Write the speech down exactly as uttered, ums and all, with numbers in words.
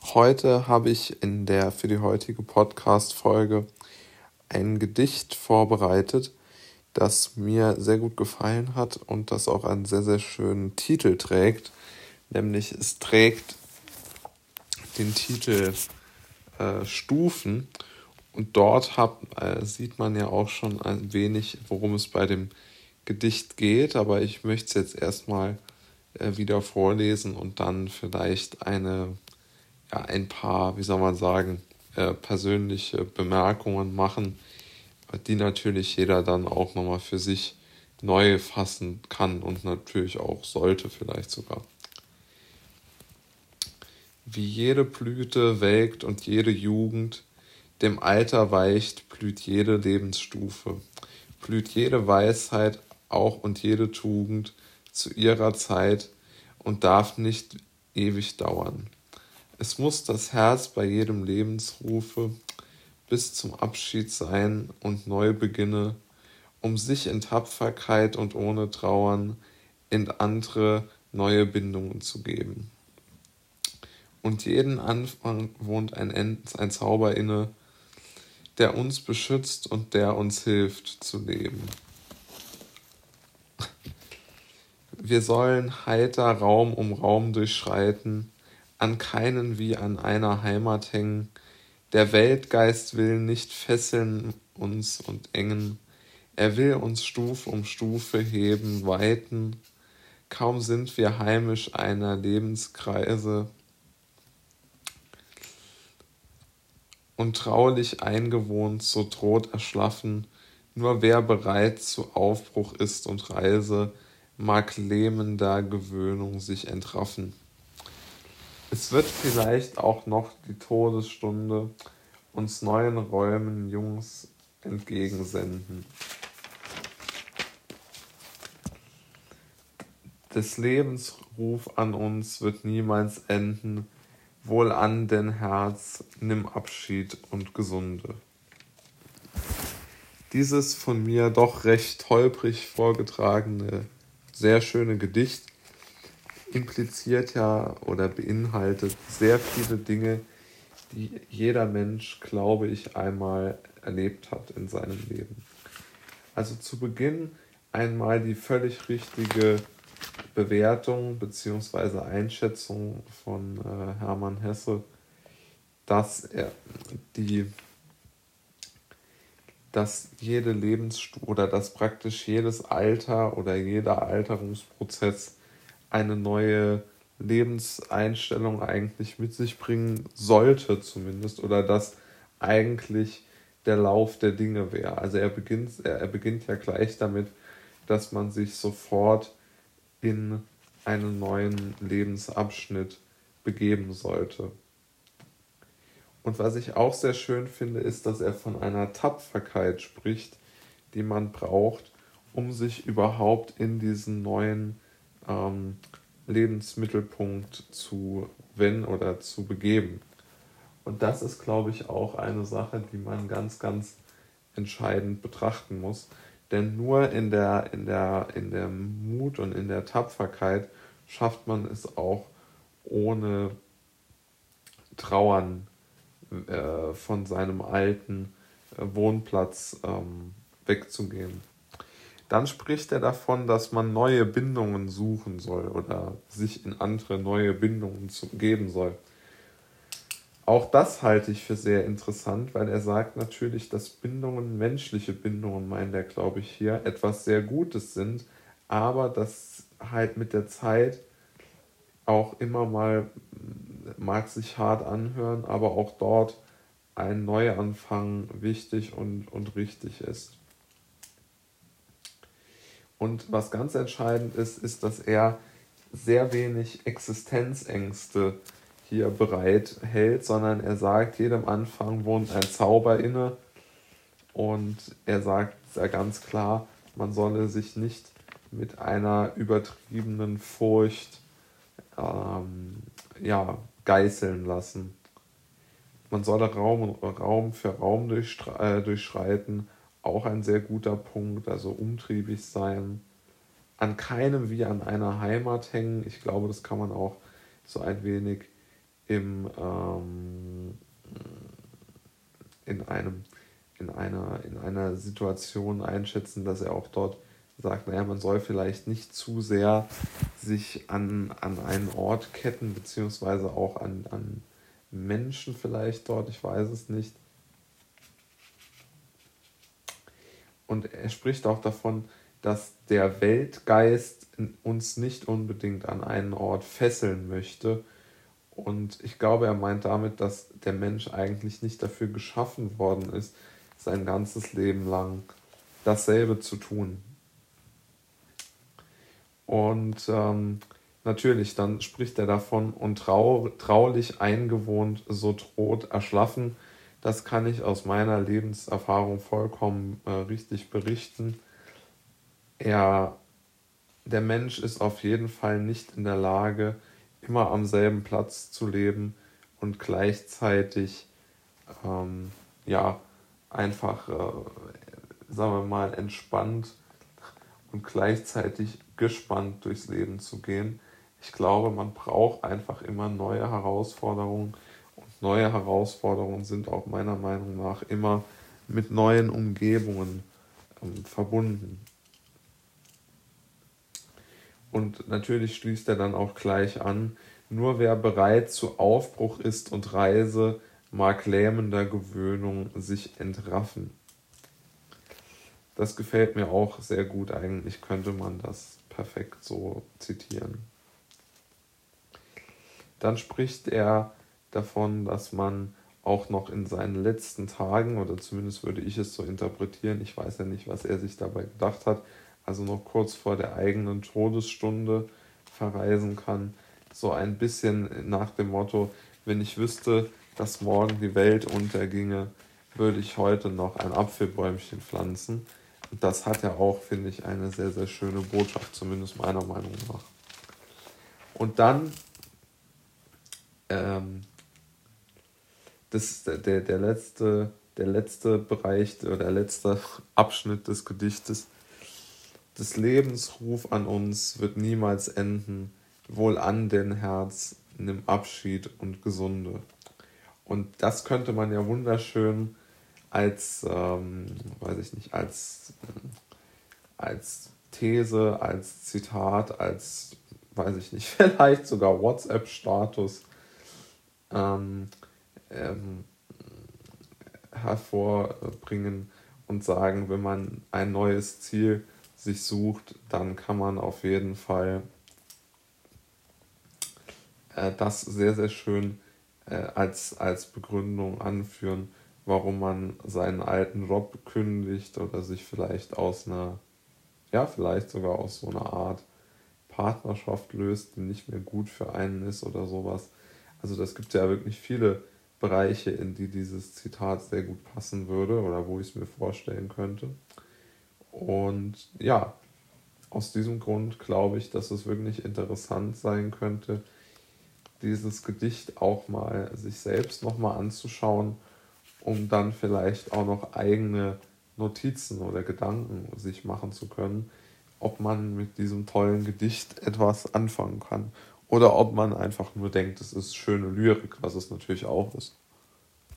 Heute habe ich in der für die heutige Podcast-Folge ein Gedicht vorbereitet, das mir sehr gut gefallen hat und das auch einen sehr, sehr schönen Titel trägt. Nämlich es trägt den Titel äh, Stufen und dort hab, äh, sieht man ja auch schon ein wenig, worum es bei dem Gedicht geht, aber ich möchte es jetzt erstmal äh, wieder vorlesen und dann vielleicht eine ja, ein paar, wie soll man sagen, äh, persönliche Bemerkungen machen, die natürlich jeder dann auch nochmal für sich neu fassen kann und natürlich auch sollte vielleicht sogar. Wie jede Blüte welkt und jede Jugend, dem Alter weicht, blüht jede Lebensstufe, blüht jede Weisheit auch und jede Tugend zu ihrer Zeit und darf nicht ewig dauern. Es muss das Herz bei jedem Lebensrufe bis zum Abschied sein und neu beginne, um sich in Tapferkeit und ohne Trauern in andere neue Bindungen zu geben. Und jeden Anfang wohnt ein, End, ein Zauber inne, der uns beschützt und der uns hilft zu leben. Wir sollen heiter Raum um Raum durchschreiten, an keinen wie an einer Heimat hängen. Der Weltgeist will nicht fesseln uns und engen. Er will uns Stufe um Stufe heben, weiten. Kaum sind wir heimisch einer Lebenskreise und traulich eingewohnt, so droht Erschlaffen. Nur wer bereit zu Aufbruch ist und Reise, mag lähmender Gewöhnung sich entraffen. Es wird vielleicht auch noch die Todesstunde uns neuen Räumen Jungs entgegensenden. Des Lebens Ruf an uns wird niemals enden, wohlan denn Herz, nimm Abschied und Gesunde. Dieses von mir doch recht holprig vorgetragene, sehr schöne Gedicht impliziert ja oder beinhaltet sehr viele Dinge, die jeder Mensch, glaube ich, einmal erlebt hat in seinem Leben. Also zu Beginn einmal die völlig richtige Bewertung bzw. Einschätzung von äh, Hermann Hesse, dass er die dass jede Lebensstufe oder dass praktisch jedes Alter oder jeder Alterungsprozess eine neue Lebenseinstellung eigentlich mit sich bringen sollte zumindest, oder dass eigentlich der Lauf der Dinge wäre. Also er beginnt, er, er beginnt ja gleich damit, dass man sich sofort in einen neuen Lebensabschnitt begeben sollte. Und was ich auch sehr schön finde, ist, dass er von einer Tapferkeit spricht, die man braucht, um sich überhaupt in diesen neuen ähm, Lebensmittelpunkt zu wenden oder zu begeben. Und das ist, glaube ich, auch eine Sache, die man ganz, ganz entscheidend betrachten muss. Denn nur in der, in der, in der Mut und in der Tapferkeit schafft man es auch ohne Trauern äh, von seinem alten äh, Wohnplatz ähm, wegzugehen. Dann spricht er davon, dass man neue Bindungen suchen soll oder sich in andere neue Bindungen zu geben soll. Auch das halte ich für sehr interessant, weil er sagt natürlich, dass Bindungen, menschliche Bindungen, meint er, glaube ich, hier etwas sehr Gutes sind, aber dass halt mit der Zeit auch immer mal, mag sich hart anhören, aber auch dort ein Neuanfang wichtig und, und richtig ist. Und was ganz entscheidend ist, ist, dass er sehr wenig Existenzängste hier bereit hält, sondern er sagt, jedem Anfang wohnt ein Zauber inne, und er sagt sehr ganz klar, man solle sich nicht mit einer übertriebenen Furcht ähm, ja, geißeln lassen. Man solle Raum, Raum für Raum durchstre- äh, durchschreiten, auch ein sehr guter Punkt, also umtriebig sein, an keinem wie an einer Heimat hängen. Ich glaube, das kann man auch so ein wenig im, ähm, in, einem, in, einer, in einer Situation einschätzen, dass er auch dort sagt, naja, man soll vielleicht nicht zu sehr sich an, an einen Ort ketten, beziehungsweise auch an, an Menschen vielleicht dort, ich weiß es nicht. Und er spricht auch davon, dass der Weltgeist uns nicht unbedingt an einen Ort fesseln möchte. Und ich glaube, er meint damit, dass der Mensch eigentlich nicht dafür geschaffen worden ist, sein ganzes Leben lang dasselbe zu tun. Und ähm, natürlich, dann spricht er davon, und trau traulich eingewohnt, so droht erschlaffen. Das kann ich aus meiner Lebenserfahrung vollkommen äh, richtig berichten. Er, der Mensch ist auf jeden Fall nicht in der Lage, immer am selben Platz zu leben und gleichzeitig ähm, ja, einfach, äh, sagen wir mal, entspannt und gleichzeitig gespannt durchs Leben zu gehen. Ich glaube, man braucht einfach immer neue Herausforderungen, und neue Herausforderungen sind auch meiner Meinung nach immer mit neuen Umgebungen ähm, verbunden. Und natürlich schließt er dann auch gleich an, nur wer bereit zu Aufbruch ist und Reise, mag lähmender Gewöhnung sich entraffen. Das gefällt mir auch sehr gut, eigentlich könnte man das perfekt so zitieren. Dann spricht er davon, dass man auch noch in seinen letzten Tagen, oder zumindest würde ich es so interpretieren, ich weiß ja nicht, was er sich dabei gedacht hat, also noch kurz vor der eigenen Todesstunde verreisen kann, so ein bisschen nach dem Motto, wenn ich wüsste, dass morgen die Welt unterginge, würde ich heute noch ein Apfelbäumchen pflanzen. Und das hat ja auch, finde ich, eine sehr, sehr schöne Botschaft, zumindest meiner Meinung nach. Und dann ähm, das, der, der, letzte, der letzte Bereich oder der letzte Abschnitt des Gedichtes. Des Lebens Ruf an uns wird niemals enden, wohl an den Herz, nimm Abschied und Gesunde. Und das könnte man ja wunderschön als, ähm, weiß ich nicht, als, als These, als Zitat, als, weiß ich nicht, vielleicht sogar WhatsApp-Status ähm, ähm, hervorbringen und sagen, wenn man ein neues Ziel sich sucht, dann kann man auf jeden Fall äh, das sehr, sehr schön äh, als, als Begründung anführen, warum man seinen alten Job kündigt oder sich vielleicht aus einer, ja, vielleicht sogar aus so einer Art Partnerschaft löst, die nicht mehr gut für einen ist oder sowas. Also das gibt ja wirklich viele Bereiche, in die dieses Zitat sehr gut passen würde oder wo ich es mir vorstellen könnte. Und ja, aus diesem Grund glaube ich, dass es wirklich interessant sein könnte, dieses Gedicht auch mal sich selbst nochmal anzuschauen, um dann vielleicht auch noch eigene Notizen oder Gedanken sich machen zu können, ob man mit diesem tollen Gedicht etwas anfangen kann oder ob man einfach nur denkt, es ist schöne Lyrik, was es natürlich auch ist.